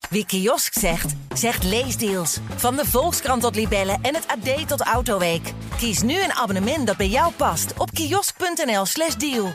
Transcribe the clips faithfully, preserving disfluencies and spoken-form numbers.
Wie kiosk zegt, zegt leesdeals. Van de Volkskrant tot Libellen en het A D tot Autoweek. Kies nu een abonnement dat bij jou past op kiosk.nl slash deal.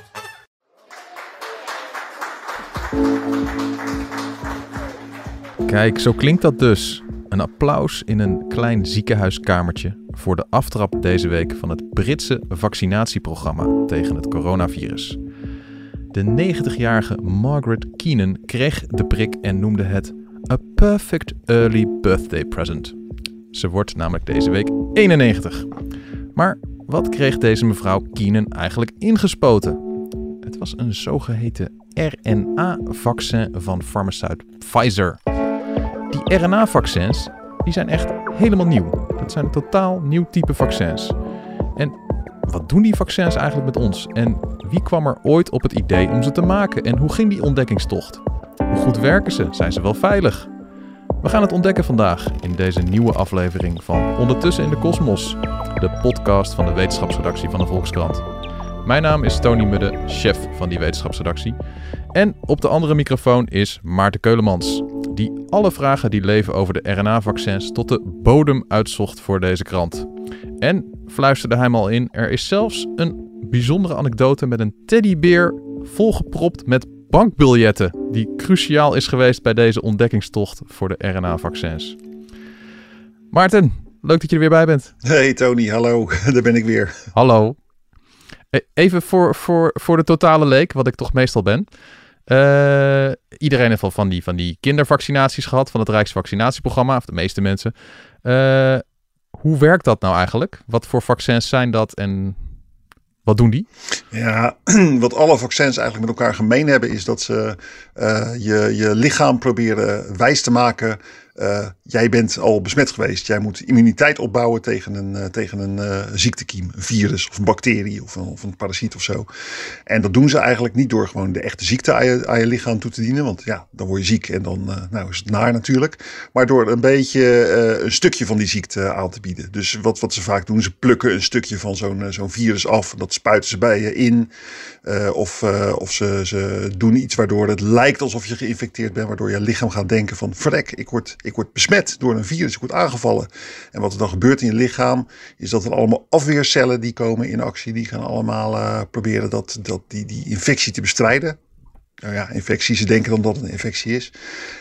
Kijk, zo klinkt dat dus. Een applaus in een klein ziekenhuiskamertje voor de aftrap deze week van het Britse vaccinatieprogramma tegen het coronavirus. De negentigjarige Margaret Keenan kreeg de prik en noemde het a perfect early birthday present. Ze wordt namelijk deze week eenennegentig. Maar wat kreeg deze mevrouw Keenan eigenlijk ingespoten? Het was een zogeheten R N A-vaccin van farmaceut Pfizer. Die R N A-vaccins die zijn echt helemaal nieuw. Dat zijn een totaal nieuw type vaccins. En wat doen die vaccins eigenlijk met ons? En wie kwam er ooit op het idee om ze te maken? En hoe ging die ontdekkingstocht? Hoe goed werken ze? Zijn ze wel veilig? We gaan het ontdekken vandaag in deze nieuwe aflevering van Ondertussen in de Kosmos, de podcast van de wetenschapsredactie van de Volkskrant. Mijn naam is Tony Mudde, chef van die wetenschapsredactie. En op de andere microfoon is Maarten Keulemans, die alle vragen die leven over de R N A-vaccins tot de bodem uitzocht voor deze krant. En, fluisterde hij me al in, er is zelfs een bijzondere anekdote met een teddybeer volgepropt met bankbiljetten, die cruciaal is geweest bij deze ontdekkingstocht voor de R N A-vaccins. Maarten, leuk dat je er weer bij bent. Hey Tony, hallo, daar ben ik weer. Hallo. Even voor, voor, voor de totale leek, wat ik toch meestal ben. Uh, iedereen heeft al van die, van die kindervaccinaties gehad, van het Rijksvaccinatieprogramma, of de meeste mensen. Uh, hoe werkt dat nou eigenlijk? Wat voor vaccins zijn dat en wat doen die? Ja, wat alle vaccins eigenlijk met elkaar gemeen hebben is dat ze uh, je, je lichaam proberen wijs te maken. Uh, jij bent al besmet geweest. Jij moet immuniteit opbouwen tegen een, uh, tegen een uh, ziektekiem, een virus of een bacterie of een, of een parasiet of zo. En dat doen ze eigenlijk niet door gewoon de echte ziekte aan je, aan je lichaam toe te dienen. Want ja, dan word je ziek en dan uh, nou is het naar natuurlijk. Maar door een beetje uh, een stukje van die ziekte aan te bieden. Dus wat, wat ze vaak doen, ze plukken een stukje van zo'n, uh, zo'n virus af. Dat spuiten ze bij je in. Uh, of uh, of ze, ze doen iets waardoor het lijkt alsof je geïnfecteerd bent. Waardoor je lichaam gaat denken van verrek, ik word... Ik word besmet door een virus, ik word aangevallen. En wat er dan gebeurt in je lichaam, is dat er allemaal afweercellen die komen in actie. Die gaan allemaal uh, proberen dat, dat die, die infectie te bestrijden. Nou ja, infectie, ze denken dan dat het een infectie is.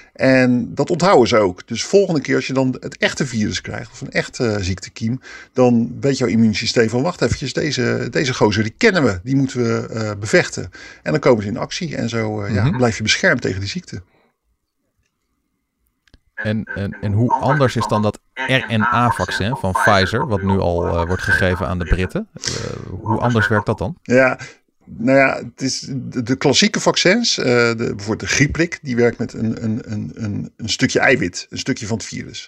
En dat onthouden ze ook. Dus volgende keer als je dan het echte virus krijgt, of een echte uh, ziektekiem, dan weet jouw immuunsysteem van wacht eventjes, deze, deze gozer die kennen we, die moeten we uh, bevechten. En dan komen ze in actie en zo uh, mm-hmm. ja, blijf je beschermd tegen die ziekte. En, en, en hoe anders is dan dat R N A-vaccin van Pfizer, wat nu al uh, wordt gegeven aan de Britten? Uh, hoe anders werkt dat dan? Ja, nou ja, het is de, de klassieke vaccins, uh, de, bijvoorbeeld de griepprik, die werkt met een, een, een, een stukje eiwit, een stukje van het virus.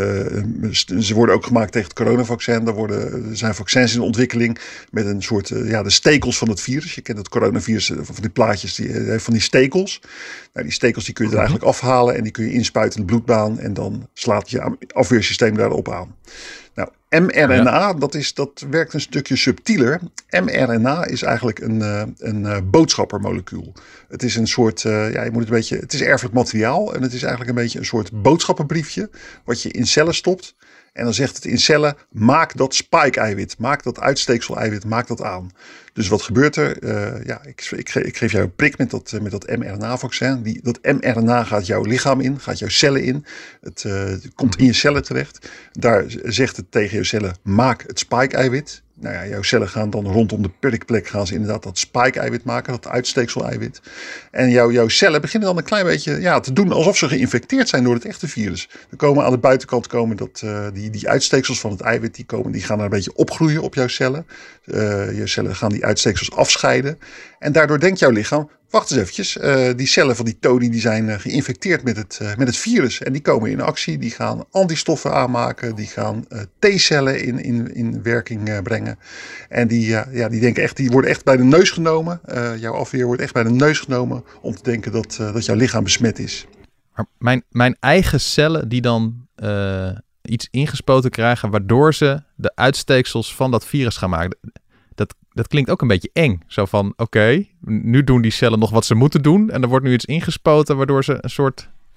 Uh, ze worden ook gemaakt tegen het coronavaccin. Er, worden, er zijn vaccins in ontwikkeling met een soort, uh, ja, de stekels van het virus. Je kent het coronavirus, van die plaatjes, die uh, heeft van die stekels. Nou, die stekels die kun je er eigenlijk afhalen en die kun je inspuiten in de bloedbaan en dan slaat je afweersysteem daarop aan. Nou, mRNA, ja. dat, is, dat werkt een stukje subtieler. mRNA is eigenlijk een, uh, een uh, boodschappermolecuul. Het is een soort, uh, ja, je moet het een beetje, het is erfelijk materiaal en het is eigenlijk een beetje een soort boodschappenbriefje wat je in cellen stopt. En dan zegt het in cellen, maak dat spike-eiwit, maak dat uitsteeksel-eiwit, maak dat aan. Dus wat gebeurt er? Uh, ja, ik, ik, ik geef jou een prik met dat, met dat mRNA-vaccin. Die, dat mRNA gaat jouw lichaam in, gaat jouw cellen in. Het, uh, het komt in je cellen terecht. Daar zegt het tegen je cellen, maak het spike-eiwit. Nou ja, jouw cellen gaan dan rondom de prikplek gaan ze inderdaad dat spike-eiwit maken, dat uitsteeksel-eiwit. En jouw, jouw cellen beginnen dan een klein beetje ja, te doen alsof ze geïnfecteerd zijn door het echte virus. Er komen aan de buitenkant komen dat, uh, die, die uitsteeksels van het eiwit, die, komen, die gaan er een beetje opgroeien op jouw cellen. Uh, je cellen gaan die uitsteeksels afscheiden. En daardoor denkt jouw lichaam, wacht eens eventjes, uh, die cellen van die Tony die zijn uh, geïnfecteerd met het, uh, met het virus. En die komen in actie, die gaan antistoffen aanmaken, die gaan uh, T-cellen in, in, in werking uh, brengen. En die, uh, ja, die, denken echt, die worden echt bij de neus genomen. Uh, jouw afweer wordt echt bij de neus genomen om te denken dat, uh, dat jouw lichaam besmet is. Maar mijn, mijn eigen cellen die dan uh, iets ingespoten krijgen waardoor ze de uitsteeksels van dat virus gaan maken. Dat, dat klinkt ook een beetje eng. Zo van, oké, okay, nu doen die cellen nog wat ze moeten doen. En er wordt nu iets ingespoten waardoor ze een soort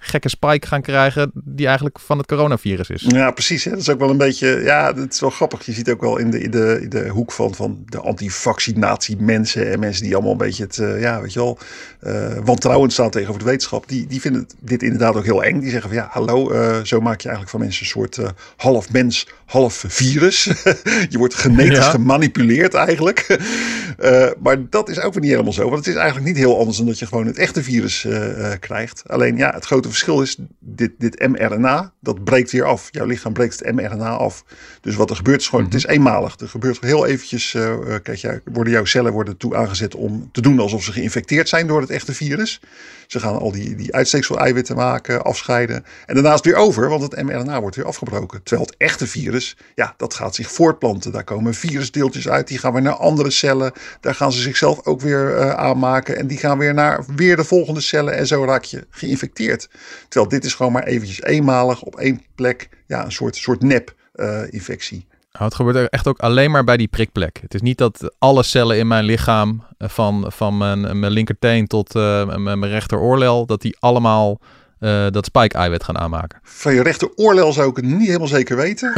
gekke spike gaan krijgen die eigenlijk van het coronavirus is. Ja, precies. Hè? Dat is ook wel een beetje, ja, dat is wel grappig. Je ziet ook wel in de, in de, in de hoek van, van de anti-vaccinatie mensen en mensen die allemaal een beetje het, uh, ja, weet je wel, uh, wantrouwend staan tegenover de wetenschap. Die, die vinden dit inderdaad ook heel eng. Die zeggen van ja, hallo, uh, zo maak je eigenlijk van mensen een soort uh, half mens, half virus. Je wordt genetisch ja. gemanipuleerd eigenlijk. uh, maar dat is ook weer niet helemaal zo. Want het is eigenlijk niet heel anders dan dat je gewoon het echte virus uh, uh, krijgt. Alleen ja, het grote verschil is, dit, dit mRNA, dat breekt weer af. Jouw lichaam breekt het mRNA af. Dus wat er gebeurt is gewoon, mm-hmm. het is eenmalig. Er gebeurt heel eventjes, uh, kijk, ja, worden jouw cellen worden toe aangezet om te doen alsof ze geïnfecteerd zijn door het echte virus. Ze gaan al die, die uitsteeksel-eiwitten maken, afscheiden. En daarna is het weer over, want het mRNA wordt weer afgebroken. Terwijl het echte virus, ja, dat gaat zich voortplanten. Daar komen virusdeeltjes uit, die gaan weer naar andere cellen. Daar gaan ze zichzelf ook weer uh, aanmaken. En die gaan weer naar weer de volgende cellen. En zo raak je geïnfecteerd. Terwijl dit is gewoon maar eventjes eenmalig op één plek. Ja, een soort, soort nep-infectie. Uh, Nou, het gebeurt echt ook alleen maar bij die prikplek. Het is niet dat alle cellen in mijn lichaam, van, van mijn, mijn linkerteen tot uh, mijn, mijn rechteroorlel, dat die allemaal uh, dat spike-eiwit gaan aanmaken. Van je rechteroorlel zou ik het niet helemaal zeker weten.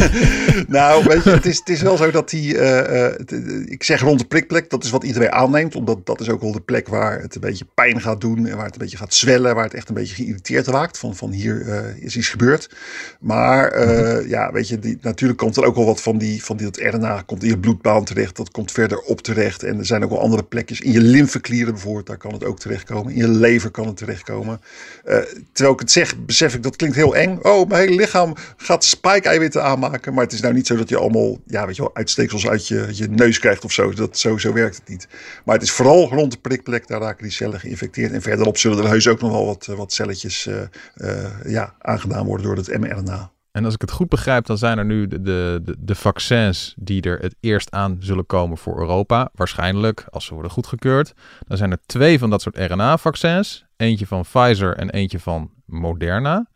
Nou, weet je, het is, het is wel zo dat die, uh, uh, t- ik zeg rond de prikplek, dat is wat iedereen aanneemt. Omdat dat is ook wel de plek waar het een beetje pijn gaat doen en waar het een beetje gaat zwellen, waar het echt een beetje geïrriteerd raakt. Van, van hier uh, is iets gebeurd. Maar uh, mm-hmm. ja, weet je, die, natuurlijk komt er ook wel wat van die, van die dat R N A komt in je bloedbaan terecht. Dat komt verder op terecht. En er zijn ook wel andere plekjes. In je lymfeklieren bijvoorbeeld, daar kan het ook terechtkomen. In je lever kan het terechtkomen. Uh, terwijl ik het zeg, besef ik, dat klinkt heel eng. Oh, mijn hele lichaam gaat spike-eiwitten aanmaken. Maar het is nou niet zo dat je allemaal, ja, weet je wel, uitsteeksels uit je, je neus krijgt of zo. Dat, zo. Zo werkt het niet. Maar het is vooral rond de prikplek, daar raken die cellen geïnfecteerd. En verderop zullen er heus ook nog wel wat, wat celletjes uh, uh, ja, aangedaan worden door het mRNA. En als ik het goed begrijp, dan zijn er nu de, de, de vaccins die er het eerst aan zullen komen voor Europa. Waarschijnlijk, als ze worden goedgekeurd. Dan zijn er twee van dat soort R N A-vaccins. Eentje van Pfizer en eentje van Moderna.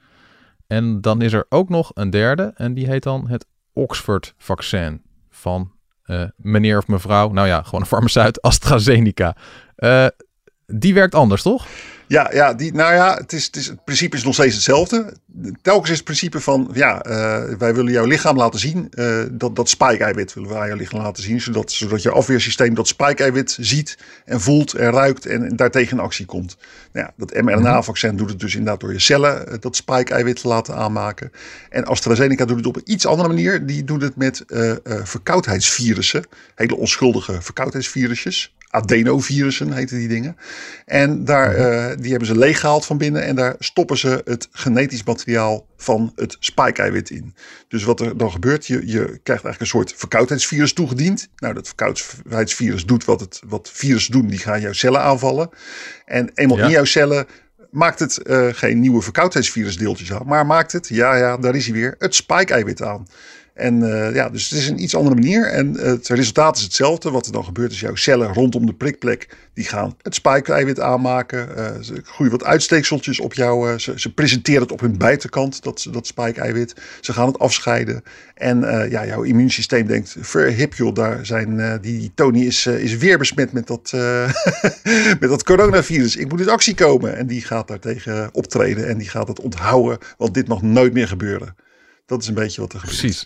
En dan is er ook nog een derde. En die heet dan het Oxford-vaccin van uh, meneer of mevrouw. Nou ja, gewoon een farmaceut, AstraZeneca. Uh, die werkt anders, toch? Ja, ja, die, nou ja, het, is, het, is, het principe is nog steeds hetzelfde. Telkens is het principe van, ja, uh, wij willen jouw lichaam laten zien, uh, dat, dat spike-eiwit willen wij aan jouw lichaam laten zien, zodat, zodat je afweersysteem dat spike-eiwit ziet en voelt en ruikt en, en daartegen in actie komt. Nou ja, dat mRNA-vaccin doet het dus inderdaad door je cellen uh, dat spike-eiwit te laten aanmaken. En AstraZeneca doet het op een iets andere manier. Die doet het met uh, uh, verkoudheidsvirussen, hele onschuldige verkoudheidsvirusjes. Adenovirussen heten die dingen. En daar, uh, die hebben ze leeggehaald van binnen. En daar stoppen ze het genetisch materiaal van het spike-eiwit in. Dus wat er dan gebeurt, je, je krijgt eigenlijk een soort verkoudheidsvirus toegediend. Nou, dat verkoudheidsvirus doet wat, het, wat virussen doen. Die gaan jouw cellen aanvallen. En eenmaal ja. in jouw cellen maakt het uh, geen nieuwe verkoudheidsvirusdeeltjes aan. Maar maakt het, ja, ja, daar is hij weer, het spike-eiwit aan. En uh, ja, dus het is een iets andere manier. En uh, het resultaat is hetzelfde. Wat er dan gebeurt is jouw cellen rondom de prikplek, die gaan het spike-eiwit aanmaken. Uh, ze groeien wat uitsteekseltjes op jou. Uh, ze, ze presenteren het op hun buitenkant, dat, dat spike-eiwit. Ze gaan het afscheiden. En uh, ja, jouw immuunsysteem denkt, verhip joh, daar zijn, uh, die, die Tony is, uh, is weer besmet met dat, uh, met dat coronavirus. Ik moet in actie komen. En die gaat daartegen optreden en die gaat het onthouden. Want dit mag nooit meer gebeuren. Dat is een beetje wat er gebeurt. Precies.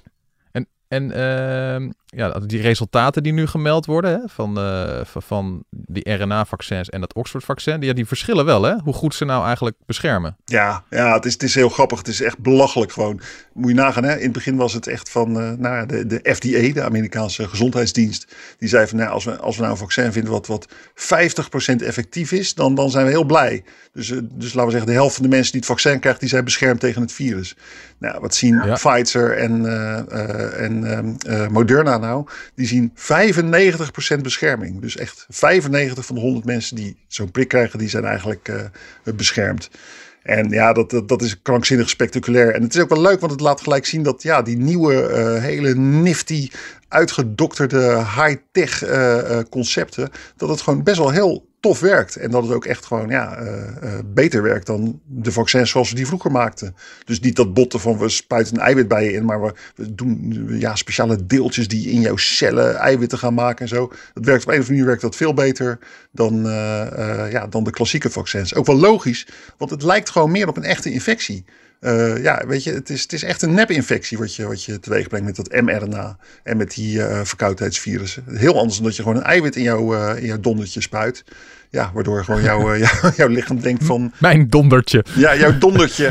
En uh, ja, die resultaten die nu gemeld worden hè, van, uh, van die R N A-vaccins en dat Oxford-vaccin, die, ja, die verschillen wel, hè? Hoe goed ze nou eigenlijk beschermen. Ja, ja het, is, het is heel grappig. Het is echt belachelijk gewoon. Moet je nagaan, hè? In het begin was het echt van uh, nou, de, de F D A, de Amerikaanse gezondheidsdienst. Die zei van, nou, als we, als we nou een vaccin vinden wat, wat vijftig procent effectief is, dan, dan zijn we heel blij. Dus, uh, dus laten we zeggen, de helft van de mensen die het vaccin krijgt, die zijn beschermd tegen het virus. Nou, wat zien ja. Pfizer en, uh, uh, en uh, uh, Moderna nou? Die zien vijfennegentig procent bescherming. Dus echt vijfennegentig van de honderd mensen die zo'n prik krijgen, die zijn eigenlijk uh, beschermd. En ja, dat, dat, dat is krankzinnig spectaculair. En het is ook wel leuk, want het laat gelijk zien dat ja, die nieuwe, uh, hele nifty uitgedokterde high-tech uh, uh, concepten, dat het gewoon best wel heel tof werkt. En dat het ook echt gewoon ja, uh, uh, beter werkt dan de vaccins zoals we die vroeger maakten. Dus niet dat botten van we spuiten een eiwit bij je in, maar we, we doen ja, speciale deeltjes die in jouw cellen eiwitten gaan maken en zo. Dat werkt op een of andere manier werkt dat veel beter dan, uh, uh, ja, dan de klassieke vaccins. Ook wel logisch, want het lijkt gewoon meer op een echte infectie. Uh, ja, weet je, het is, het is echt een nepinfectie wat je, wat je teweeg brengt met dat mRNA en met die uh, verkoudheidsvirussen. Heel anders dan dat je gewoon een eiwit in jouw, uh, in jouw dondertje spuit. Ja, waardoor gewoon jouw, uh, jouw, jouw lichaam denkt van... Mijn dondertje. Ja, jouw dondertje.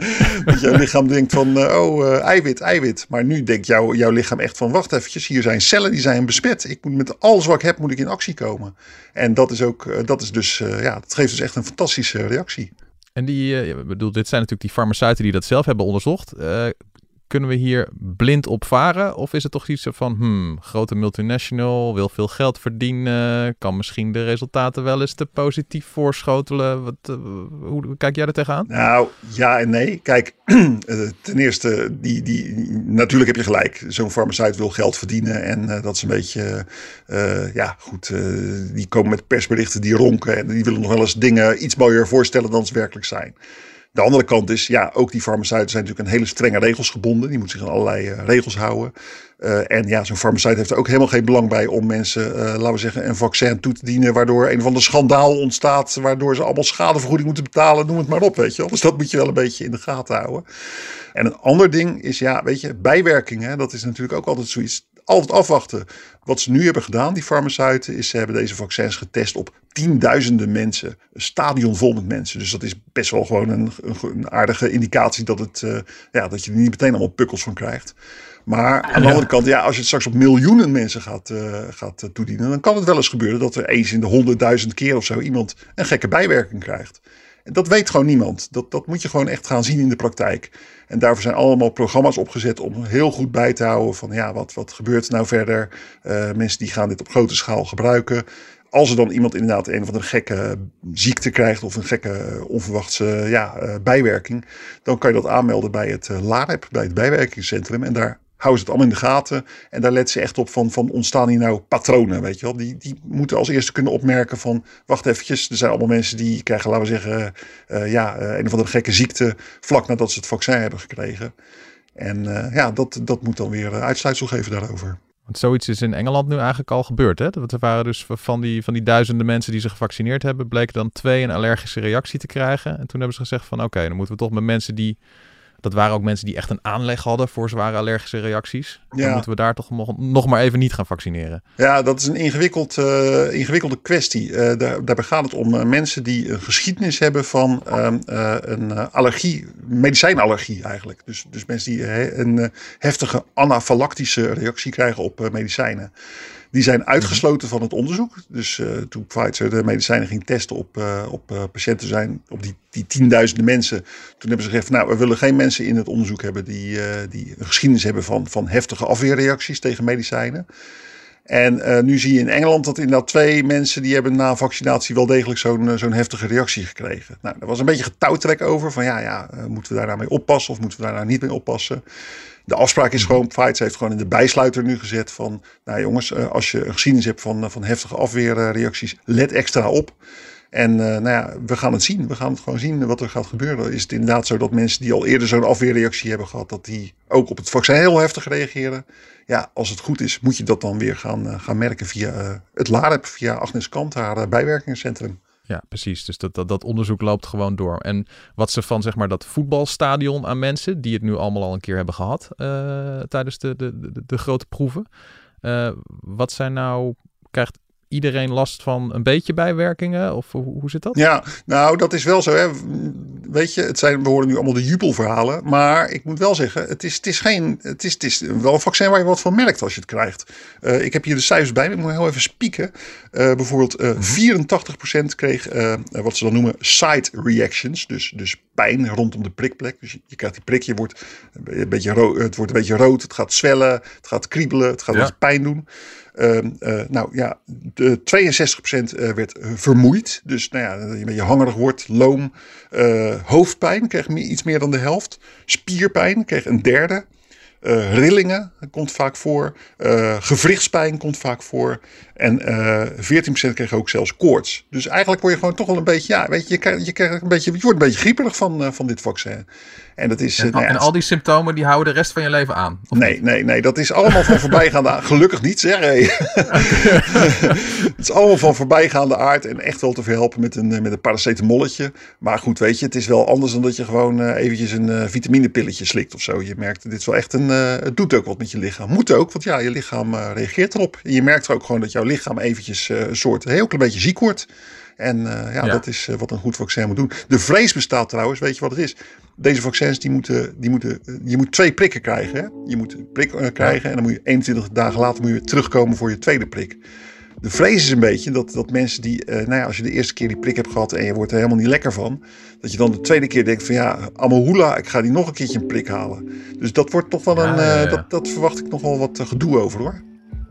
Dat jouw lichaam denkt van, uh, oh, uh, eiwit, eiwit. Maar nu denkt jouw, jouw lichaam echt van, wacht eventjes, hier zijn cellen die zijn besmet. Ik moet met alles wat ik heb, moet ik in actie komen. En dat is ook, uh, dat is dus, uh, ja, dat geeft dus echt een fantastische reactie. En die, uh, bedoel, dit zijn natuurlijk die farmaceuten die dat zelf hebben onderzocht. Uh, kunnen we hier blind op varen? Of is het toch iets van, hmm, grote multinational, wil veel geld verdienen, kan misschien de resultaten wel eens te positief voorschotelen? Wat, uh, hoe kijk jij er tegenaan? Nou, ja en nee. Kijk, ten eerste, die, die, natuurlijk heb je gelijk. Zo'n farmaceut wil geld verdienen en uh, dat is een beetje, uh, ja goed, uh, die komen met persberichten die ronken en die willen nog wel eens dingen iets mooier voorstellen dan ze werkelijk zijn. De andere kant is, ja, ook die farmaceuten zijn natuurlijk aan hele strenge regels gebonden. Die moeten zich aan allerlei uh, regels houden. Uh, en ja, zo'n farmaceut heeft er ook helemaal geen belang bij om mensen, uh, laten we zeggen, een vaccin toe te dienen, waardoor een of ander schandaal ontstaat, waardoor ze allemaal schadevergoeding moeten betalen, noem het maar op, weet je wel. Dus dat moet je wel een beetje in de gaten houden. En een ander ding is, ja, weet je, bijwerkingen, dat is natuurlijk ook altijd zoiets. Altijd afwachten. Wat ze nu hebben gedaan, die farmaceuten, is ze hebben deze vaccins getest op tienduizenden mensen. Een stadion vol met mensen. Dus dat is best wel gewoon een, een, een aardige indicatie dat, het, uh, ja, dat je er niet meteen allemaal pukkels van krijgt. Maar aan de ja. andere kant, ja, als je het straks op miljoenen mensen gaat, uh, gaat uh, toedienen, dan kan het wel eens gebeuren dat er eens in de honderdduizend keer of zo iemand een gekke bijwerking krijgt. En dat weet gewoon niemand. Dat, dat moet je gewoon echt gaan zien in de praktijk. En daarvoor zijn allemaal programma's opgezet om heel goed bij te houden van ja, wat, wat gebeurt er nou verder? Uh, mensen die gaan dit op grote schaal gebruiken. Als er dan iemand inderdaad een of andere gekke ziekte krijgt of een gekke onverwachte ja, uh, bijwerking, dan kan je dat aanmelden bij het uh, LAREP, bij het bijwerkingscentrum. En daar houden ze het allemaal in de gaten. En daar letten ze echt op van, van ontstaan hier nou patronen, weet je wel. Die, die moeten als eerste kunnen opmerken van, wacht eventjes, er zijn allemaal mensen die krijgen, laten we zeggen, uh, ja, uh, een of andere gekke ziekte vlak nadat ze het vaccin hebben gekregen. En uh, ja, dat, dat moet dan weer uitsluitsel geven daarover. Want zoiets is in Engeland nu eigenlijk al gebeurd, hè? Dat er waren dus van die, van die duizenden mensen die ze gevaccineerd hebben, bleken dan twee een allergische reactie te krijgen. En toen hebben ze gezegd van, oké, okay, dan moeten we toch met mensen die... Dat waren ook mensen die echt een aanleg hadden voor zware allergische reacties. Dan ja. moeten we daar toch nog, nog maar even niet gaan vaccineren. Ja, dat is een ingewikkeld, uh, ingewikkelde kwestie. Uh, daar, daarbij gaat het om uh, mensen die een geschiedenis hebben van uh, uh, een uh, allergie, medicijnallergie eigenlijk. Dus, dus mensen die uh, een uh, heftige anafylactische reactie krijgen op uh, medicijnen. Die zijn uitgesloten van het onderzoek. Dus uh, toen Pfizer de medicijnen ging testen op, uh, op uh, patiënten zijn, op die, die tienduizenden mensen. Toen hebben ze gezegd, nou, we willen geen mensen in het onderzoek hebben die, uh, die een geschiedenis hebben van, van heftige afweerreacties tegen medicijnen. En uh, nu zie je in Engeland dat inderdaad twee mensen die hebben na vaccinatie wel degelijk zo'n, uh, zo'n heftige reactie gekregen. Nou, er was een beetje getouwtrek over van ja, ja, uh, moeten we daar nou mee oppassen of moeten we daar nou niet mee oppassen? De afspraak is gewoon, Pfizer heeft gewoon in de bijsluiter nu gezet van, nou jongens, uh, als je een geschiedenis hebt van, van heftige afweerreacties, let extra op. En uh, nou ja, we gaan het zien. We gaan het gewoon zien wat er gaat gebeuren. Is het inderdaad zo dat mensen die al eerder zo'n afweerreactie hebben gehad, dat die ook op het vaccin heel heftig reageren? Ja, als het goed is, moet je dat dan weer gaan, uh, gaan merken via uh, het LAREP, via Agnes Kant, haar uh, bijwerkingscentrum. Ja, precies. Dus dat, dat, dat onderzoek loopt gewoon door. En wat ze van zeg maar dat voetbalstadion aan mensen, die het nu allemaal al een keer hebben gehad uh, tijdens de, de, de, de grote proeven. Uh, wat zijn nou, krijgt iedereen last van een beetje bijwerkingen? Of hoe, hoe zit dat? Ja, nou dat is wel zo. Hè. Weet je, het zijn, we horen nu allemaal de jubelverhalen. Maar ik moet wel zeggen, het is, het is, geen, het is, het is wel een vaccin waar je wat van merkt als je het krijgt. Uh, ik heb hier de cijfers bij me. Ik moet heel even spieken. Uh, bijvoorbeeld uh, vierentachtig procent kreeg uh, wat ze dan noemen side reactions. Dus, dus pijn rondom de prikplek. Dus je, je krijgt die prik, je wordt een beetje rood, het wordt een beetje rood. Het gaat zwellen, het gaat kriebelen, het gaat ja. een beetje pijn doen. Uh, uh, nou ja, de tweeënzestig procent werd vermoeid. Dus nou ja, dat je een beetje hangerig wordt, loom. Uh, hoofdpijn kreeg meer, iets meer dan de helft. Spierpijn kreeg een derde. Uh, rillingen komt vaak voor. Uh, gewrichtspijn komt vaak voor. En uh, veertien procent kreeg ook zelfs koorts. Dus eigenlijk word je gewoon toch wel een beetje... Ja, weet je, je, krijgt, je, krijgt een beetje, je wordt een beetje grieperig van, uh, van dit vaccin. En, dat is, en, uh, nou ja, en al die symptomen die houden de rest van je leven aan? Nee, niet? nee, nee. Dat is allemaal van voorbijgaande aard. Gelukkig niet, zeg. Hey. Het is allemaal van voorbijgaande aard. En echt wel te verhelpen met een, met een paracetamolletje. Maar goed, weet je, het is wel anders dan dat je gewoon uh, eventjes een uh, vitaminepilletje slikt of zo. Je merkt, dit is wel echt een... Uh, het doet ook wat met je lichaam. Moet ook, want ja, je lichaam uh, reageert erop. En je merkt ook gewoon dat jouw lichaam eventjes uh, een soort een heel klein beetje ziek wordt. En uh, ja, ja, dat is uh, wat een goed vaccin moet doen. De vrees bestaat trouwens, weet je wat het is? Deze vaccins, die moeten, die moeten, uh, je moet twee prikken krijgen. Hè? Je moet een prik uh, krijgen ja. en dan moet je eenentwintig dagen later moet je weer terugkomen voor je tweede prik. De vrees is een beetje dat, dat mensen die, uh, nou ja, als je de eerste keer die prik hebt gehad en je wordt er helemaal niet lekker van, dat je dan de tweede keer denkt van ja, Amahula, ik ga die nog een keertje een prik halen. Dus dat wordt toch wel een, ja, ja, ja. Uh, dat, dat verwacht ik nog wel wat uh, gedoe over hoor.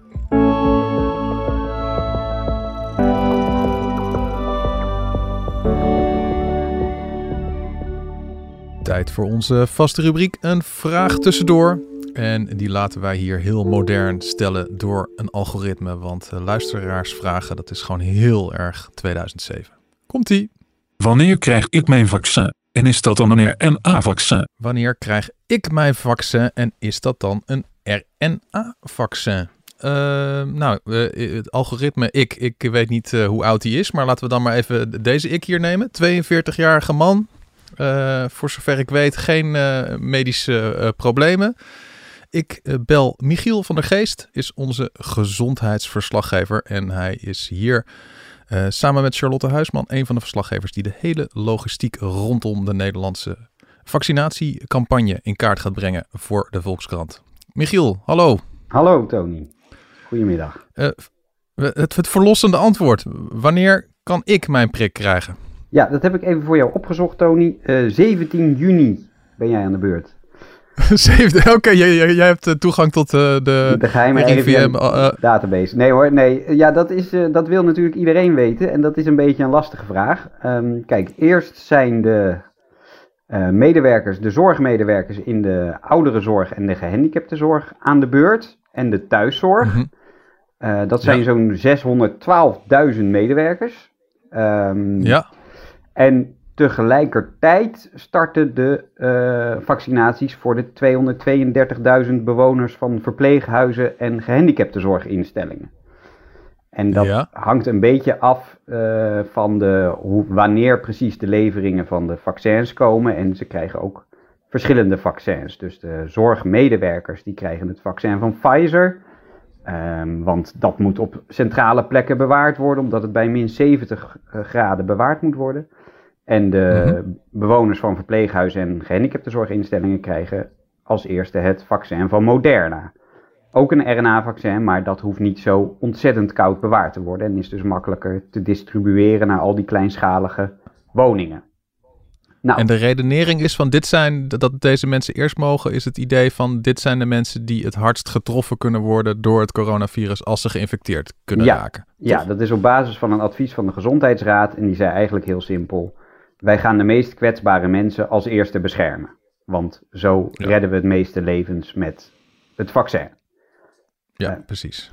Tijd voor onze vaste rubriek, een vraag tussendoor. En die laten wij hier heel modern stellen door een algoritme. Want uh, luisteraarsvragen, dat is gewoon heel erg tweeduizend zeven. Komt-ie. Wanneer krijg ik mijn vaccin? En is dat dan een R N A-vaccin? Wanneer krijg ik mijn vaccin? En is dat dan een R N A-vaccin? Uh, nou, uh, het algoritme ik, ik weet niet uh, hoe oud die is. Maar laten we dan maar even deze ik hier nemen. tweeënveertigjarige man. Uh, voor zover ik weet geen uh, medische uh, problemen. Ik uh, bel Michiel van der Geest, is onze gezondheidsverslaggever. En hij is hier uh, samen met Charlotte Huisman, een van de verslaggevers die de hele logistiek rondom de Nederlandse vaccinatiecampagne in kaart gaat brengen voor de Volkskrant. Michiel, hallo. Hallo Tony, goedemiddag. Uh, het, het verlossende antwoord, wanneer kan ik mijn prik krijgen? Ja, dat heb ik even voor jou opgezocht, Tony. Uh, zeventien juni ben jij aan de beurt. Oké, okay, jij, jij hebt toegang tot uh, de, de geheime R I V M uh, database. Nee hoor, nee. Ja, dat, is, uh, dat wil natuurlijk iedereen weten. En dat is een beetje een lastige vraag. Um, kijk, eerst zijn de uh, medewerkers, de zorgmedewerkers in de ouderenzorg en de gehandicaptenzorg aan de beurt. En de thuiszorg. Mm-hmm. Uh, dat zijn ja. zo'n zeshonderdtwaalfduizend medewerkers. Um, ja. En tegelijkertijd starten de uh, vaccinaties voor de tweehonderdtweeëndertigduizend bewoners van verpleeghuizen en gehandicaptenzorginstellingen. En dat ja. hangt een beetje af uh, van de, hoe, wanneer precies de leveringen van de vaccins komen. En ze krijgen ook verschillende vaccins. Dus de zorgmedewerkers die krijgen het vaccin van Pfizer. Um, want dat moet op centrale plekken bewaard worden, omdat het bij min zeventig graden bewaard moet worden. En de mm-hmm. bewoners van verpleeghuizen en gehandicaptenzorginstellingen krijgen als eerste het vaccin van Moderna. Ook een R N A-vaccin, maar dat hoeft niet zo ontzettend koud bewaard te worden. En is dus makkelijker te distribueren naar al die kleinschalige woningen. Nou, en de redenering is van dit zijn, dat deze mensen eerst mogen, is het idee van dit zijn de mensen die het hardst getroffen kunnen worden door het coronavirus als ze geïnfecteerd kunnen ja, raken. Toch? Ja, dat is op basis van een advies van de Gezondheidsraad. En die zei eigenlijk heel simpel, wij gaan de meest kwetsbare mensen als eerste beschermen. Want zo ja. redden we het meeste levens met het vaccin. Ja, uh, precies.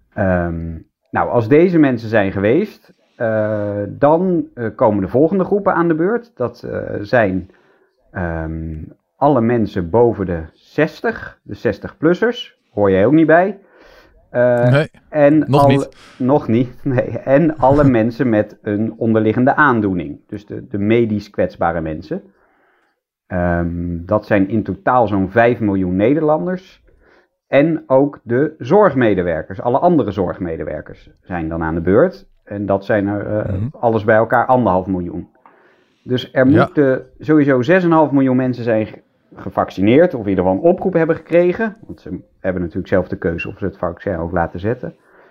Um, nou, als deze mensen zijn geweest, uh, dan uh, komen de volgende groepen aan de beurt. Dat uh, zijn um, alle mensen boven de zestig, de zestig-plussers. Hoor jij ook niet bij. Uh, nee, en nog alle, niet. Nog niet, nee. En alle mensen met een onderliggende aandoening. Dus de, de medisch kwetsbare mensen. Um, dat zijn in totaal zo'n vijf miljoen Nederlanders. En ook de zorgmedewerkers, alle andere zorgmedewerkers zijn dan aan de beurt. En dat zijn er uh, mm-hmm. alles bij elkaar anderhalf miljoen. Dus er ja. moeten sowieso zes komma vijf miljoen mensen zijn gevaccineerd. Of in ieder geval een oproep hebben gekregen. Want ze hebben natuurlijk zelf de keuze of ze het vaccin ook laten zetten.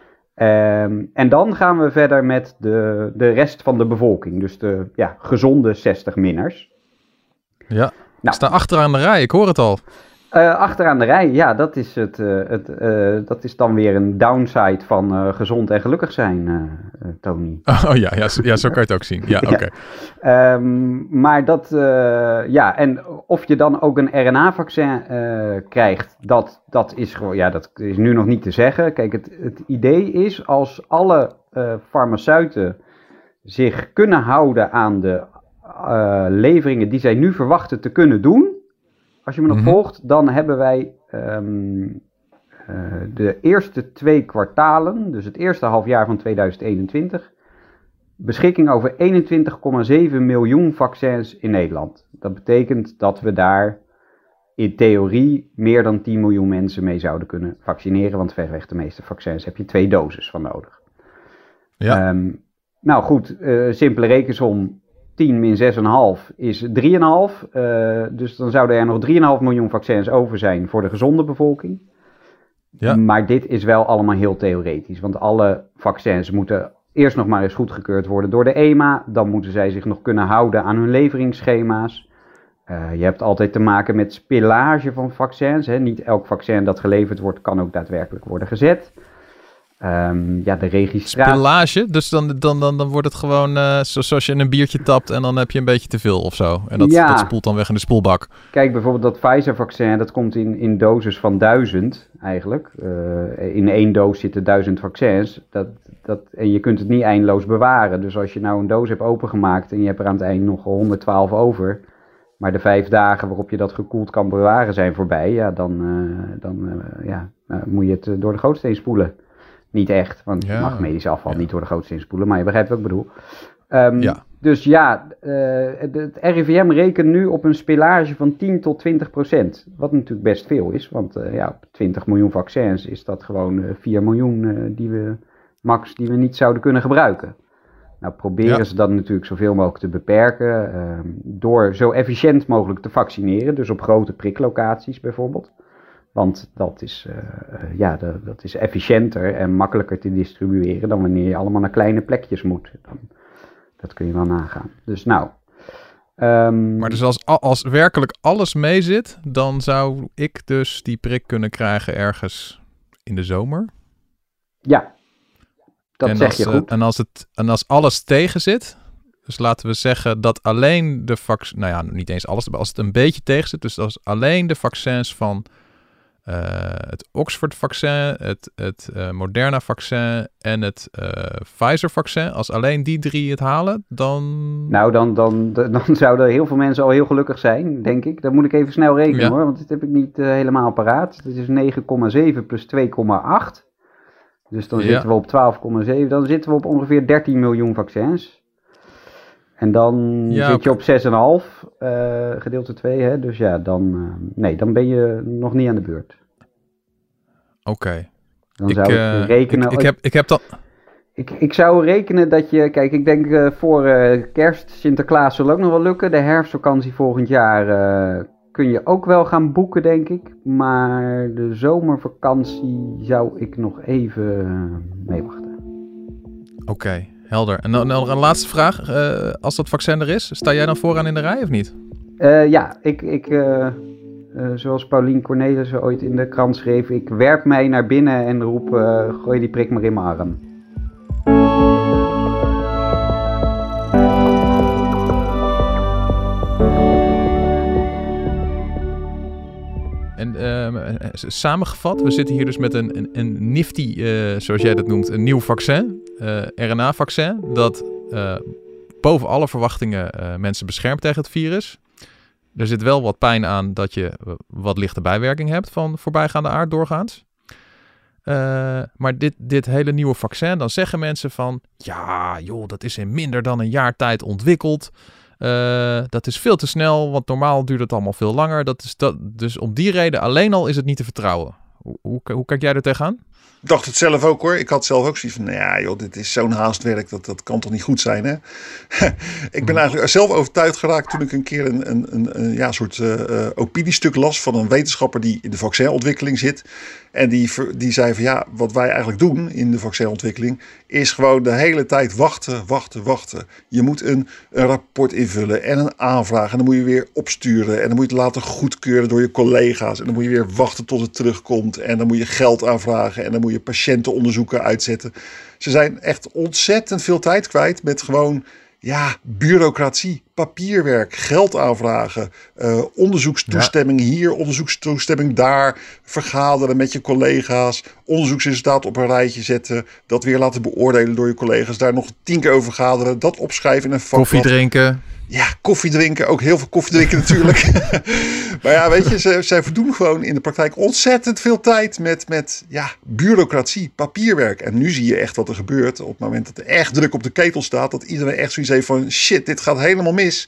Um, en dan gaan we verder met de, de rest van de bevolking. Dus de ja, gezonde zestig-minners. Ja, nou, ik sta achteraan de rij, ik hoor het al. Uh, achteraan de rij, ja, dat is, het, uh, het, uh, dat is dan weer een downside van uh, gezond en gelukkig zijn, uh, uh, Tony. Oh ja, ja, ja, zo kan je het ook zien. Ja, oké. Okay. Um, maar dat, uh, ja, en of je dan ook een R N A-vaccin uh, krijgt, dat, dat is gewoon, ja, dat is nu nog niet te zeggen. Kijk, het, het idee is als alle uh, farmaceuten zich kunnen houden aan de uh, leveringen die zij nu verwachten te kunnen doen. Als je me nog mm-hmm. volgt, dan hebben wij um, uh, de eerste twee kwartalen, dus het eerste halfjaar van tweeduizend eenentwintig, beschikking over eenentwintig komma zeven miljoen vaccins in Nederland. Dat betekent dat we daar in theorie meer dan tien miljoen mensen mee zouden kunnen vaccineren, want verreweg de meeste vaccins heb je twee doses van nodig. Ja. Um, nou goed, uh, simpele rekensom. tien min zes komma vijf is drie komma vijf. Uh, dus dan zouden er nog drie komma vijf miljoen vaccins over zijn voor de gezonde bevolking. Ja. Maar dit is wel allemaal heel theoretisch. Want alle vaccins moeten eerst nog maar eens goedgekeurd worden door de E M A. Dan moeten zij zich nog kunnen houden aan hun leveringsschema's. Uh, je hebt altijd te maken met spillage van vaccins. Hè. Niet elk vaccin dat geleverd wordt kan ook daadwerkelijk worden gezet. Um, ja, de registratie. Spillage, dus dan, dan, dan, dan wordt het gewoon uh, zo, zoals je in een biertje tapt en dan heb je een beetje te veel of zo. En dat, ja. dat spoelt dan weg in de spoelbak. Kijk, bijvoorbeeld dat Pfizer-vaccin, dat komt in, in doses van duizend eigenlijk. Uh, in één doos zitten duizend vaccins. Dat, dat, en je kunt het niet eindeloos bewaren. Dus als je nou een doos hebt opengemaakt en je hebt er aan het eind nog honderdtwaalf over, maar de vijf dagen waarop je dat gekoeld kan bewaren zijn voorbij, ja, dan, uh, dan uh, ja, uh, moet je het uh, door de gootsteen spoelen. Niet echt, want je ja, mag medisch afval ja. niet door de gootsteen spoelen, maar je begrijpt wat ik bedoel. Um, ja. Dus ja, uh, het R I V M rekent nu op een spillage van tien tot twintig procent. Wat natuurlijk best veel is, want uh, ja, op twintig miljoen vaccins is dat gewoon uh, vier miljoen uh, die we, max die we niet zouden kunnen gebruiken. Nou proberen ja. ze dat natuurlijk zoveel mogelijk te beperken uh, door zo efficiënt mogelijk te vaccineren. Dus op grote priklocaties bijvoorbeeld. Want dat is, uh, ja, de, dat is efficiënter en makkelijker te distribueren dan wanneer je allemaal naar kleine plekjes moet. Dan, dat kun je wel nagaan. Dus nou. Um, maar dus als, als werkelijk alles mee zit, dan zou ik dus die prik kunnen krijgen ergens in de zomer? Ja, dat en zeg als, je goed. En als, het, en als alles tegen zit, dus laten we zeggen dat alleen de vaccins, nou ja, niet eens alles, maar als het een beetje tegen zit, dus als alleen de vaccins van Uh, het Oxford-vaccin, het, het uh, Moderna-vaccin en het uh, Pfizer-vaccin, als alleen die drie het halen, dan... Nou, dan, dan, dan zouden heel veel mensen al heel gelukkig zijn, denk ik. Dan moet ik even snel rekenen ja. hoor, want dit heb ik niet uh, helemaal paraat. Dit is negen komma zeven plus twee komma acht. Dus dan ja. zitten we op twaalf komma zeven. Dan zitten we op ongeveer dertien miljoen vaccins. En dan ja, zit je op zes komma vijf, uh, gedeelte twee, hè? Dus ja, dan, uh, nee, dan ben je nog niet aan de beurt. Oké. Okay. Dan ik, zou ik rekenen... Ik, ik, heb, ik heb dan... Ik, ik zou rekenen dat je... Kijk, ik denk uh, voor uh, kerst, Sinterklaas zal ook nog wel lukken. De herfstvakantie volgend jaar uh, kun je ook wel gaan boeken, denk ik. Maar de zomervakantie zou ik nog even uh, meewachten. Oké. Okay. Helder. En dan nog een laatste vraag. Uh, als dat vaccin er is, sta jij dan vooraan in de rij of niet? Uh, ja, ik, ik uh, uh, zoals Paulien Cornelissen ooit in de krant schreef, ik werp mij naar binnen en roep, uh, gooi die prik maar in mijn arm. En uh, samengevat, we zitten hier dus met een, een, een nifty, uh, zoals jij dat noemt, een nieuw vaccin. Uh, R N A-vaccin, dat uh, boven alle verwachtingen uh, mensen beschermt tegen het virus. Er zit wel wat pijn aan dat je uh, wat lichte bijwerking hebt van voorbijgaande aard doorgaans. Uh, maar dit, dit hele nieuwe vaccin, dan zeggen mensen van... Ja, joh, dat is in minder dan een jaar tijd ontwikkeld. Uh, dat is veel te snel, want normaal duurt het allemaal veel langer. Dat is dat, dus om die reden alleen al is het niet te vertrouwen. Hoe, hoe, hoe kijk jij er tegenaan? dacht het zelf ook hoor. Ik had zelf ook zoiets van, nou ja joh, dit is zo'n haastwerk. Dat, dat kan toch niet goed zijn hè? Ik ben eigenlijk zelf overtuigd geraakt toen ik een keer een, een, een, een ja, soort uh, opiniestuk las van een wetenschapper die in de vaccinontwikkeling zit. En die, die zei van ja, wat wij eigenlijk doen in de vaccinontwikkeling is gewoon de hele tijd wachten, wachten, wachten. Je moet een, een rapport invullen en een aanvraag en dan moet je weer opsturen en dan moet je het laten goedkeuren door je collega's en dan moet je weer wachten tot het terugkomt en dan moet je geld aanvragen en dan moet je patiëntenonderzoeken uitzetten. Ze zijn echt ontzettend veel tijd kwijt met gewoon ja, bureaucratie, papierwerk, geld aanvragen, uh, onderzoekstoestemming ja. hier, onderzoekstoestemming daar, vergaderen met je collega's, onderzoeksresultaat op een rijtje zetten, dat weer laten beoordelen door je collega's, daar nog tien keer over vergaderen, dat opschrijven in een vakblad. Koffie drinken. Ja, koffie drinken, ook heel veel koffie drinken natuurlijk. Maar ja, weet je, ze, zij verdoen gewoon in de praktijk ontzettend veel tijd met, met ja, bureaucratie, papierwerk. En nu zie je echt wat er gebeurt op het moment dat er echt druk op de ketel staat, dat iedereen echt zoiets heeft van shit, dit gaat helemaal mis.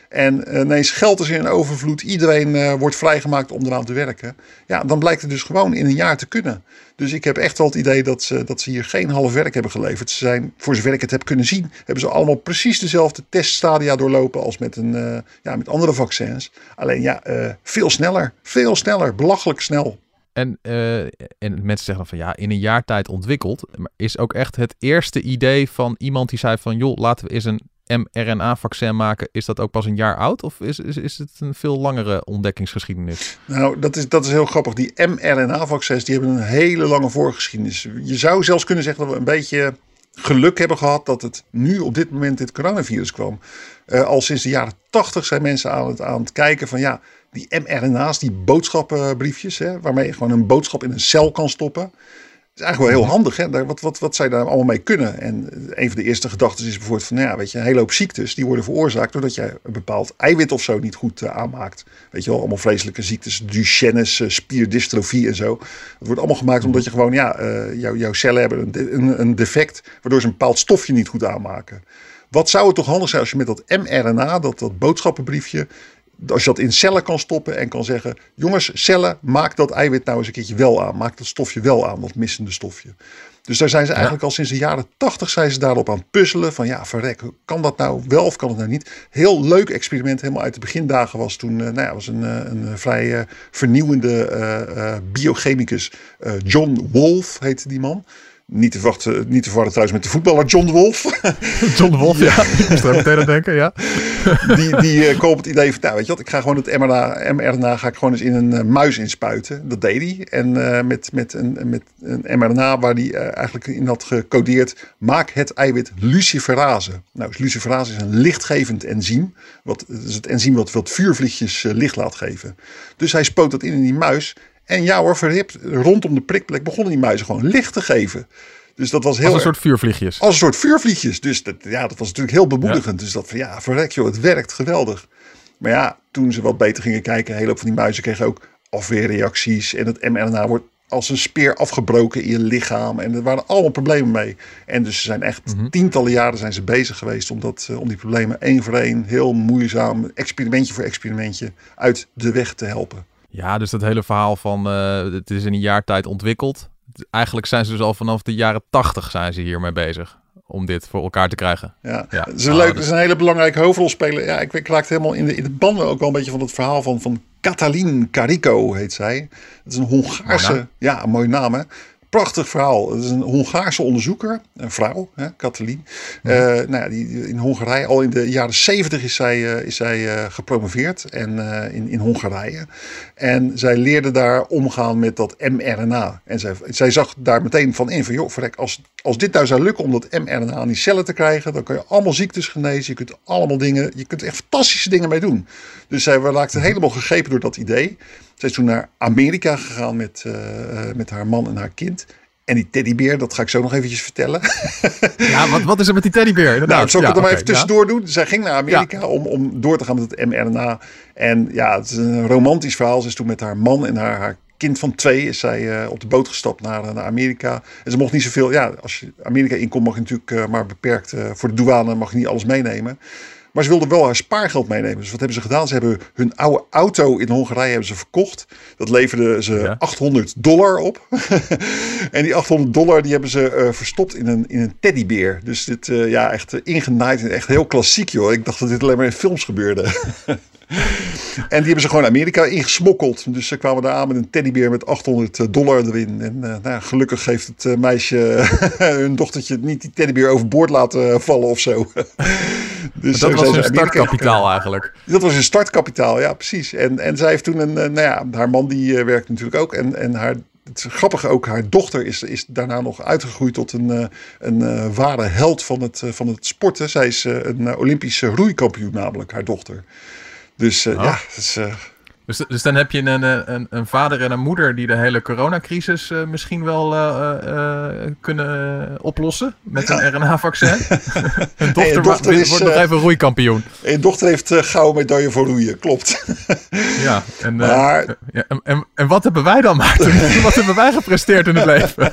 En ineens geld is in een overvloed. Iedereen uh, wordt vrijgemaakt om eraan te werken. Ja, dan blijkt het dus gewoon in een jaar te kunnen. Dus ik heb echt wel het idee dat ze, dat ze hier geen half werk hebben geleverd. Ze zijn, voor zover ik het heb kunnen zien, hebben ze allemaal precies dezelfde teststadia doorlopen als met, een, uh, ja, met andere vaccins. Alleen ja, uh, veel sneller. Veel sneller. Belachelijk snel. En, uh, en mensen zeggen dan van ja, in een jaar tijd ontwikkeld. Maar is ook echt het eerste idee van iemand die zei van joh, laten we eens een mRNA-vaccin maken, is dat ook pas een jaar oud? Of is, is, is het een veel langere ontdekkingsgeschiedenis? Nou, dat is, dat is heel grappig. Die mRNA-vaccins, die hebben een hele lange voorgeschiedenis. Je zou zelfs kunnen zeggen dat we een beetje geluk hebben gehad dat het nu op dit moment dit coronavirus kwam. Uh, al sinds de jaren tachtig zijn mensen aan het, aan het kijken van ja, die mRNA's, die boodschappenbriefjes, hè, waarmee je gewoon een boodschap in een cel kan stoppen. Dat is eigenlijk wel heel handig. Hè? Wat, wat, wat zij daar allemaal mee kunnen. En een van de eerste gedachten is bijvoorbeeld van, nou ja, weet je, een hele hoop ziektes die worden veroorzaakt doordat jij een bepaald eiwit of zo niet goed uh, aanmaakt. Weet je wel, allemaal vreselijke ziektes, Duchenne's, uh, spierdystrofie en zo. Dat wordt allemaal gemaakt omdat je gewoon, ja, uh, jou, jouw cellen hebben een, de, een, een defect waardoor ze een bepaald stofje niet goed aanmaken. Wat zou het toch handig zijn als je met dat mRNA, dat, dat boodschappenbriefje, als je dat in cellen kan stoppen en kan zeggen, jongens, cellen, maak dat eiwit nou eens een keertje wel aan. Maak dat stofje wel aan, dat missende stofje. Dus daar zijn ze eigenlijk ja. al sinds de jaren tachtig zijn ze daarop aan het puzzelen. Van ja, verrek, kan dat nou wel of kan het nou niet? Heel leuk experiment, helemaal uit de begindagen was toen, uh, nou ja, was een, uh, een vrij uh, vernieuwende uh, uh, biochemicus. Uh, John Wolfe heette die man. Niet te, wachten, niet te verwarren trouwens met de voetballer John de Wolf. John de Wolf, ja. ja. Ik moest er meteen aan denken, ja. Die, die uh, koopt het idee van, nou weet je wat, ik ga gewoon het mRNA, mRNA ga ik gewoon eens in een uh, muis inspuiten. Dat deed hij. En uh, met, met, een, met een mRNA waar hij uh, eigenlijk in had gecodeerd, maak het eiwit luciferase. Nou, luciferase is een lichtgevend enzym. Wat, dat is het enzym wat, wat vuurvliegjes uh, licht laat geven. Dus hij spoot dat in in die muis. En ja hoor, verhipt, rondom de prikplek begonnen die muizen gewoon licht te geven. Dus dat was heel als een soort vuurvliegjes. Als een soort vuurvliegjes. Dus dat, ja, dat was natuurlijk heel bemoedigend. Ja. Dus dat van ja, verrek joh, het werkt geweldig. Maar ja, toen ze wat beter gingen kijken, een hele hoop van die muizen kregen ook afweerreacties. En het mRNA wordt als een speer afgebroken in je lichaam. En er waren allemaal problemen mee. En dus ze zijn echt mm-hmm. tientallen jaren zijn ze bezig geweest om, dat, om die problemen één voor één, heel moeizaam, experimentje voor experimentje, uit de weg te helpen. Ja, dus dat hele verhaal van uh, het is in een jaar tijd ontwikkeld. Eigenlijk zijn ze dus al vanaf de jaren tachtig zijn ze hiermee bezig om dit voor elkaar te krijgen. Ja, ja. Het is een leuk, het is een hele belangrijke hoofdrolspeler. Ja, ik, ik raakte helemaal in de, in de banden ook wel een beetje van het verhaal van, van Katalin Karikó heet zij. Dat is een Hongaarse, ja, een mooie naam hè. Prachtig verhaal. Het is een Hongaarse onderzoeker, een vrouw, hè, Katalin. Ja. Uh, nou ja, die, in Hongarije, al in de jaren zeventig is zij, uh, is zij uh, gepromoveerd en, uh, in, in Hongarije. En zij leerde daar omgaan met dat mRNA. En zij, zij zag daar meteen van in van, joh, verrek, als, als dit nou zou lukken om dat mRNA aan die cellen te krijgen, dan kan je allemaal ziektes genezen. Je kunt allemaal dingen, je kunt echt fantastische dingen mee doen. Dus zij raakte helemaal gegrepen door dat idee. Zij is toen naar Amerika gegaan met, uh, met haar man en haar kind. En die teddybeer, dat ga ik zo nog eventjes vertellen. Ja, wat, wat is er met die teddybeer? Inderdaad. Nou, zal ik het ja, dan okay, even tussendoor ja. doen? Zij ging naar Amerika ja. om, om door te gaan met het mRNA. En ja, het is een romantisch verhaal. Ze is toen met haar man en haar, haar kind van twee is zij uh, op de boot gestapt naar, naar Amerika. En ze mocht niet zoveel, ja, als je Amerika inkomt mag je natuurlijk uh, maar beperkt, uh, voor de douane mag je niet alles meenemen. Maar ze wilden wel haar spaargeld meenemen. Dus wat hebben ze gedaan? Ze hebben hun oude auto in Hongarije hebben ze verkocht. Dat leverde ze ja. achthonderd dollar op. En die achthonderd dollar die hebben ze uh, verstopt in een, in een teddybeer. Dus dit, uh, ja, echt uh, ingenaaid en echt heel klassiek, joh. Ik dacht dat dit alleen maar in films gebeurde. En die hebben ze gewoon Amerika ingesmokkeld. Dus ze kwamen daar aan met een teddybeer met achthonderd dollar erin. En uh, nou, gelukkig heeft het uh, meisje hun dochtertje niet die teddybeer overboord laten vallen of zo. Dus dat was hun startkapitaal eigenlijk. Dat was hun startkapitaal, ja, precies. En, en zij heeft toen een, nou ja, haar man die uh, werkt natuurlijk ook. En, en haar, het is grappig ook, haar dochter is, is daarna nog uitgegroeid tot een, uh, een uh, ware held van het, uh, van het sporten. Zij is uh, een uh, Olympische roeikampioen namelijk, haar dochter. Dus uh, oh. ja, dat is... Uh, Dus, dus dan heb je een, een, een vader en een moeder die de hele coronacrisis uh, misschien wel uh, uh, kunnen oplossen met ja. een R N A-vaccin. Hun dochter, dochter is, wordt nog even roeikampioen. En je dochter heeft uh, gouden medaille voor roeien, klopt. Ja, en, uh, maar... ja, en, en, en wat hebben wij dan, Maarten? Wat hebben wij gepresteerd in het leven?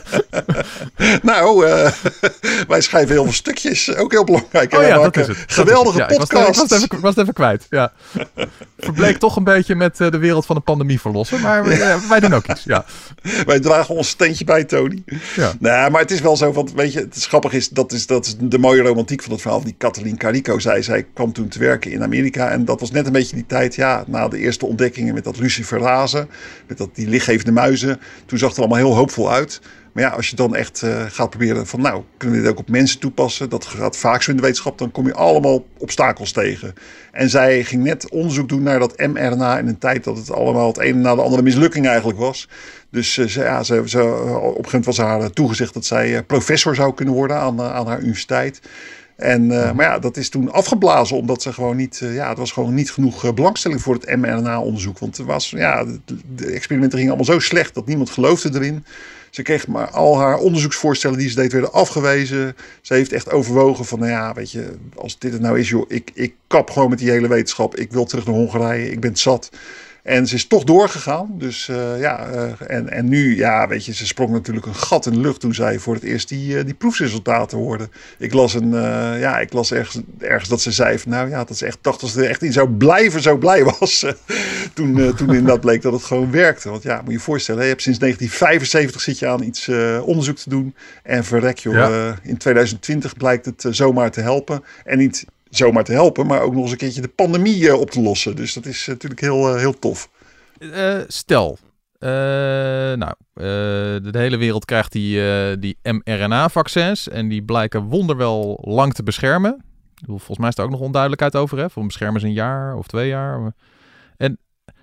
Nou, uh, wij schrijven heel veel stukjes, ook heel belangrijk. Oh ja, dat is het. Geweldige dat is het. Ja, podcast. Ik was, ik, was even, ik was het even kwijt, ja. Verbleek toch een beetje met de wereld van de pandemie verlossen. Maar wij, wij doen ook iets, ja. Wij dragen ons steentje bij, Tony. Ja. Nou, maar het is wel zo, want weet je, het grappig is, dat is, dat is de mooie romantiek van het verhaal die Kathleen Carico zei. Zij kwam toen te werken in Amerika en dat was net een beetje die tijd, ja, na de eerste ontdekkingen met dat luciferazen, met dat, die lichtgevende muizen. Toen zag het er allemaal heel hoopvol uit. Maar ja, als je dan echt uh, gaat proberen van, nou, kunnen we dit ook op mensen toepassen? Dat gaat vaak zo in de wetenschap, dan kom je allemaal obstakels tegen. En zij ging net onderzoek doen naar dat mRNA in een tijd dat het allemaal het ene na de andere mislukking eigenlijk was. Dus uh, ze, ja, ze, ze, op een gegeven moment was haar toegezegd dat zij uh, professor zou kunnen worden aan, uh, aan haar universiteit. En, uh, ja. Maar ja, dat is toen afgeblazen omdat ze gewoon niet, uh, ja, het was gewoon niet genoeg uh, belangstelling voor het mRNA-onderzoek. Want er was, ja, de, de experimenten gingen allemaal zo slecht dat niemand geloofde erin. Ze kreeg maar al haar onderzoeksvoorstellen die ze deed werden afgewezen. Ze heeft echt overwogen van, nou ja, weet je, als dit het nou is, joh, ik, ik kap gewoon met die hele wetenschap. Ik wil terug naar Hongarije, ik ben het zat. En ze is toch doorgegaan. Dus uh, ja, uh, en, en nu, ja, weet je, ze sprong natuurlijk een gat in de lucht toen zij voor het eerst die, uh, die proefsresultaten hoorde. Ik las een, uh, ja, ik las ergens, ergens dat ze zei van, nou ja, dat ze echt dacht dat ze er echt in zou blijven, zo blij was. toen, uh, toen inderdaad bleek dat het gewoon werkte. Want ja, moet je je voorstellen, je hebt sinds negentien vijfenzeventig zit je aan iets uh, onderzoek te doen. En verrek joh, ja. uh, in tweeduizend twintig blijkt het uh, zomaar te helpen. En niet zomaar te helpen, maar ook nog eens een keertje de pandemie uh, op te lossen. Dus dat is uh, natuurlijk heel, uh, heel tof. Uh, stel, uh, nou, uh, de hele wereld krijgt die, uh, die mRNA-vaccins en die blijken wonderwel lang te beschermen. Ik bedoel, volgens mij is er ook nog onduidelijkheid over, hè? Voor beschermen ze een jaar of twee jaar. En,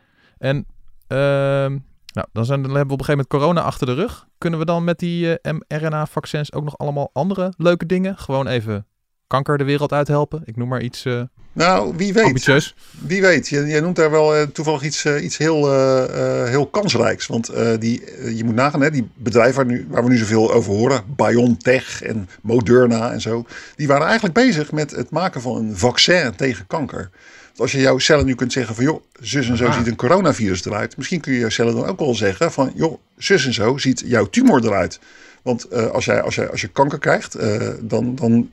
en uh, nou, dan, zijn, dan hebben we op een gegeven moment corona achter de rug. Kunnen we dan met die uh, mRNA-vaccins ook nog allemaal andere leuke dingen? Gewoon even kanker de wereld uithelpen. Ik noem maar iets uh, nou, wie weet. ambitieus. Wie weet. Je, je noemt daar wel uh, toevallig iets, uh, iets heel, uh, uh, heel kansrijks. Want uh, die, uh, je moet nagaan, hè, die bedrijven waar, nu, waar we nu zoveel over horen, BioNTech en Moderna en zo, die waren eigenlijk bezig met het maken van een vaccin tegen kanker. Want als je jouw cellen nu kunt zeggen van, joh, zus en zo ah. ziet een coronavirus eruit. Misschien kun je jouw cellen dan ook wel zeggen van, joh, zus en zo ziet jouw tumor eruit. Want uh, als, jij, als, jij, als je kanker krijgt, uh, dan, dan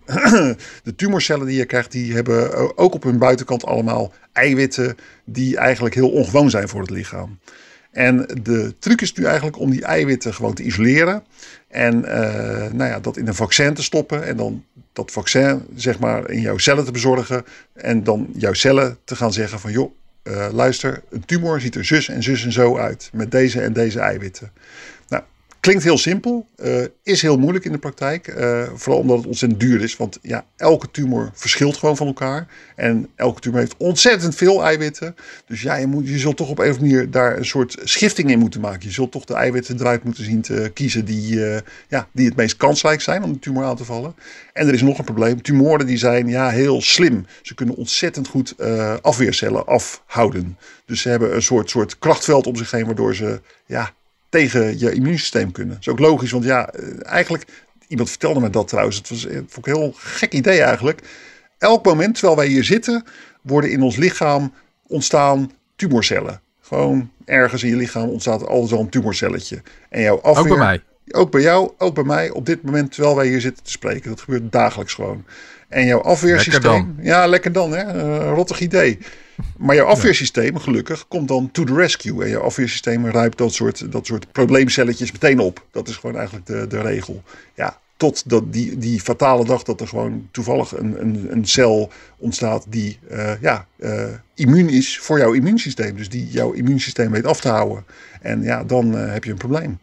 de tumorcellen die je krijgt, die hebben ook op hun buitenkant allemaal eiwitten die eigenlijk heel ongewoon zijn voor het lichaam. En de truc is nu eigenlijk om die eiwitten gewoon te isoleren en uh, nou ja, dat in een vaccin te stoppen en dan dat vaccin zeg maar in jouw cellen te bezorgen en dan jouw cellen te gaan zeggen van joh, uh, luister, een tumor ziet er zus en zus en zo uit met deze en deze eiwitten. Nou, klinkt heel simpel, uh, is heel moeilijk in de praktijk. Uh, vooral omdat het ontzettend duur is. Want ja, elke tumor verschilt gewoon van elkaar. En elke tumor heeft ontzettend veel eiwitten. Dus ja, je, moet, je zult toch op een of andere manier daar een soort schifting in moeten maken. Je zult toch de eiwitten eruit moeten zien te kiezen die, uh, ja, die het meest kansrijk zijn om de tumor aan te vallen. En er is nog een probleem. Tumoren die zijn ja, heel slim. Ze kunnen ontzettend goed uh, afweercellen afhouden. Dus ze hebben een soort, soort krachtveld om zich heen waardoor ze ja, tegen je immuunsysteem kunnen. Dat is ook logisch, want ja, eigenlijk, iemand vertelde me dat trouwens, het was het vond ik een heel gek idee eigenlijk. Elk moment terwijl wij hier zitten, worden in ons lichaam ontstaan tumorcellen. Gewoon ergens in je lichaam ontstaat altijd al een tumorcelletje. En jouw afweer, ook bij mij. Ook bij jou, ook bij mij, op dit moment terwijl wij hier zitten te spreken. Dat gebeurt dagelijks gewoon. En jouw afweersysteem... Lekker dan. Ja, lekker dan, hè. Uh, rottig idee. Maar jouw afweersysteem, gelukkig, komt dan to the rescue. En jouw afweersysteem ruimt dat soort, dat soort probleemcelletjes meteen op. Dat is gewoon eigenlijk de, de regel. Ja, tot dat die, die fatale dag dat er gewoon toevallig een, een, een cel ontstaat die uh, ja, uh, immuun is voor jouw immuunsysteem. Dus die jouw immuunsysteem weet af te houden. En ja, dan uh, heb je een probleem.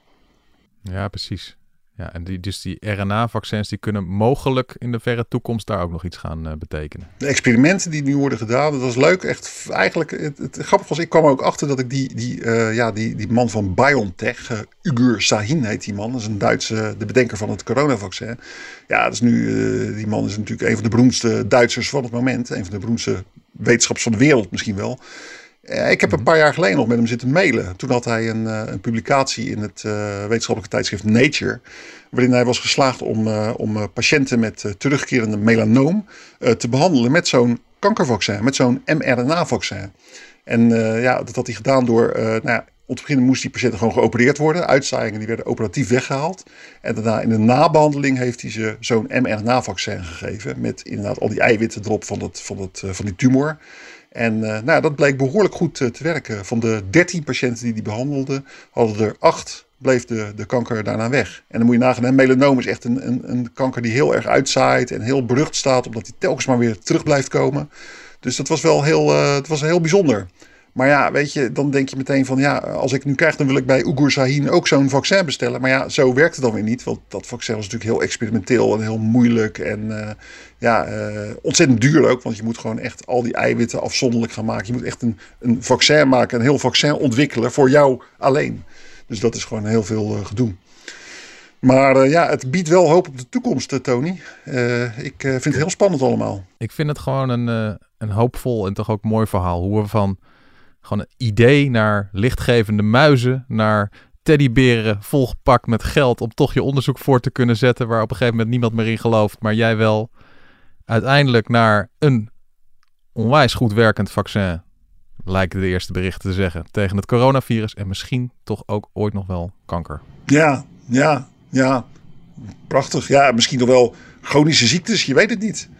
Ja, precies. Ja, en die, dus die R N A-vaccins die kunnen mogelijk in de verre toekomst daar ook nog iets gaan uh, betekenen. De experimenten die nu worden gedaan, dat was leuk. Echt, eigenlijk, het, het grappige was, ik kwam er ook achter dat ik die, die, uh, ja, die, die man van BioNTech, uh, Ugur Sahin heet die man. Dat is een Duitse, de bedenker van het coronavaccin. Ja, dat is nu, uh, die man is natuurlijk een van de beroemdste Duitsers van het moment. Een van de beroemdste wetenschappers van de wereld misschien wel. Ik heb een paar jaar geleden nog met hem zitten mailen. Toen had hij een, een publicatie in het uh, wetenschappelijke tijdschrift Nature, waarin hij was geslaagd om, uh, om patiënten met uh, terugkerende melanoom uh, te behandelen met zo'n kankervaccin, met zo'n mRNA-vaccin. En uh, ja, dat had hij gedaan door, uh, nou ja, om te beginnen moest die patiënten gewoon geopereerd worden. Uitzaaiingen die werden operatief weggehaald. En daarna in de nabehandeling heeft hij ze zo'n mRNA-vaccin gegeven, met inderdaad al die eiwitten erop van, dat, van, dat, uh, van die tumor. En uh, nou, dat bleek behoorlijk goed uh, te werken. Van de dertien patiënten die die behandelden, hadden er acht, bleef de, de kanker daarna weg. En dan moet je nagaan, hè, melanoom is echt een, een, een kanker die heel erg uitzaait en heel berucht staat, omdat hij telkens maar weer terug blijft komen. Dus dat was wel heel, uh, dat was heel bijzonder. Maar ja, weet je, dan denk je meteen van ja, als ik nu krijg, dan wil ik bij Ugur Sahin ook zo'n vaccin bestellen. Maar ja, zo werkt het dan weer niet. Want dat vaccin was natuurlijk heel experimenteel en heel moeilijk. En uh, ja, uh, ontzettend duur ook. Want je moet gewoon echt al die eiwitten afzonderlijk gaan maken. Je moet echt een, een vaccin maken, een heel vaccin ontwikkelen voor jou alleen. Dus dat is gewoon heel veel uh, gedoe. Maar uh, ja, het biedt wel hoop op de toekomst, uh, Tony. Uh, ik uh, vind het heel spannend allemaal. Ik vind het gewoon een, uh, een hoopvol en toch ook mooi verhaal. Hoe we van gewoon een idee naar lichtgevende muizen, naar teddyberen volgepakt met geld om toch je onderzoek voor te kunnen zetten waar op een gegeven moment niemand meer in gelooft, maar jij wel, uiteindelijk naar een onwijs goed werkend vaccin, lijken de eerste berichten te zeggen, tegen het coronavirus en misschien toch ook ooit nog wel kanker. Ja, ja, ja. Prachtig. Ja, misschien nog wel chronische ziektes, je weet het niet.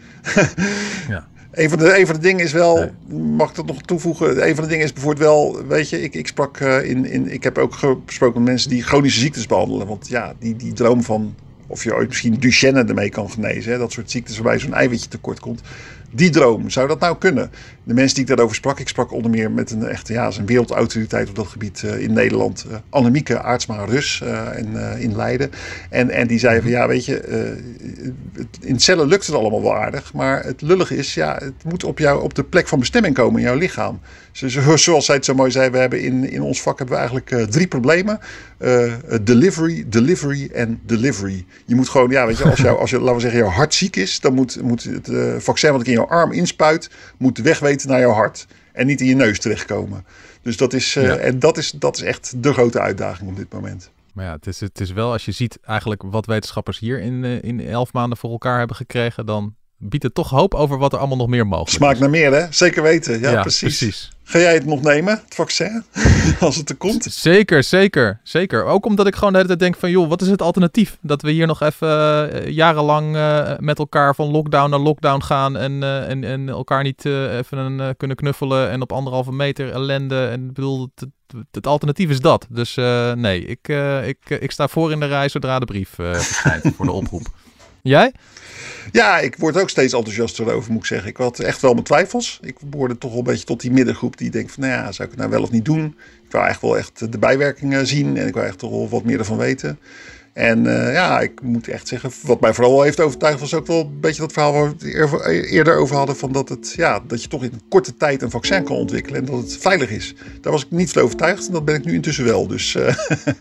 Ja. Een van, de, een van de dingen is wel, nee. mag ik dat nog toevoegen? Een van de dingen is bijvoorbeeld wel, weet je, ik, ik sprak uh, in, in, ik heb ook gesproken met mensen die chronische ziektes behandelen. Want ja, die, die droom van of je ooit misschien Duchenne ermee kan genezen, hè, dat soort ziektes waarbij zo'n eiwitje tekort komt. Die droom, zou dat nou kunnen? De mensen die ik daarover sprak, ik sprak onder meer met een echte, ja, een wereldautoriteit op dat gebied uh, in Nederland, uh, Annemieke Aartsma-Rus uh, in, uh, in Leiden. En, en die zei van, ja, weet je, uh, in cellen lukt het allemaal wel aardig, maar het lullige is, ja, het moet op, jou, op de plek van bestemming komen in jouw lichaam. Zoals zij het zo mooi zei, we hebben in, in ons vak hebben we eigenlijk uh, drie problemen. Uh, delivery, delivery en delivery. Je moet gewoon, ja, weet je, als, jou, als je, laten we zeggen, jouw hart ziek is, dan moet, moet het uh, vaccin wat ik in jouw arm inspuit, moet de weg weten naar jouw hart. En niet in je neus terechtkomen. Dus dat is, uh, ja. en dat is, dat is echt de grote uitdaging op dit moment. Maar ja, het is, het is wel, als je ziet eigenlijk wat wetenschappers hier in, uh, in elf maanden voor elkaar hebben gekregen, dan biedt het toch hoop over wat er allemaal nog meer mogelijk Smaakt is. naar meer, hè? Zeker weten. Ja, ja precies. precies. Ga jij het nog nemen, het vaccin? Als het er komt? Zeker, zeker, zeker. Ook omdat ik gewoon de hele tijd denk van, joh, wat is het alternatief? Dat we hier nog even uh, jarenlang uh, met elkaar van lockdown naar lockdown gaan en, uh, en, en elkaar niet uh, even uh, kunnen knuffelen en op anderhalve meter ellende. En ik bedoel, het, het, het alternatief is dat. Dus uh, nee, ik, uh, ik, uh, ik sta voor in de rij zodra de brief uh, verschijnt voor de oproep. Jij? Ja, ik word ook steeds enthousiaster over, moet ik zeggen. Ik had echt wel mijn twijfels. Ik behoorde toch wel een beetje tot die middengroep die denkt van, nou ja, zou ik het nou wel of niet doen? Ik wou echt wel echt de bijwerkingen zien en ik wou echt toch wel wat meer ervan weten. En uh, ja, ik moet echt zeggen, wat mij vooral heeft overtuigd was ook wel een beetje dat verhaal waar we het eerder over hadden, van dat, het, ja, dat je toch in korte tijd een vaccin kan ontwikkelen en dat het veilig is. Daar was ik niet van overtuigd en dat ben ik nu intussen wel. Dus uh,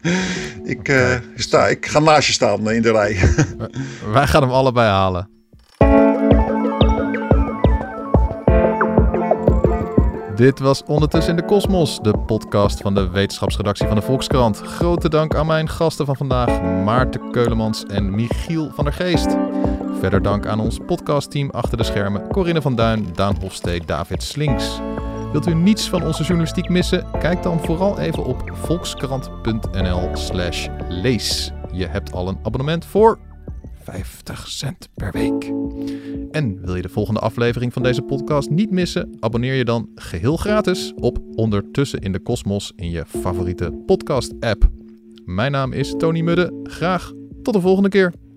ik, uh, sta, ik ga naast je staan in de rij. Wij gaan hem allebei halen. Dit was Ondertussen in de Kosmos, de podcast van de wetenschapsredactie van de Volkskrant. Grote dank aan mijn gasten van vandaag, Maarten Keulemans en Michiel van der Geest. Verder dank aan ons podcastteam achter de schermen, Corinne van Duin, Daan Hofstee, David Slinks. Wilt u niets van onze journalistiek missen? Kijk dan vooral even op volkskrant.nl slash lees. Je hebt al een abonnement voor vijftig cent per week. En wil je de volgende aflevering van deze podcast niet missen? Abonneer je dan geheel gratis op Ondertussen in de Kosmos in je favoriete podcast-app. Mijn naam is Tony Mudde. Graag tot de volgende keer.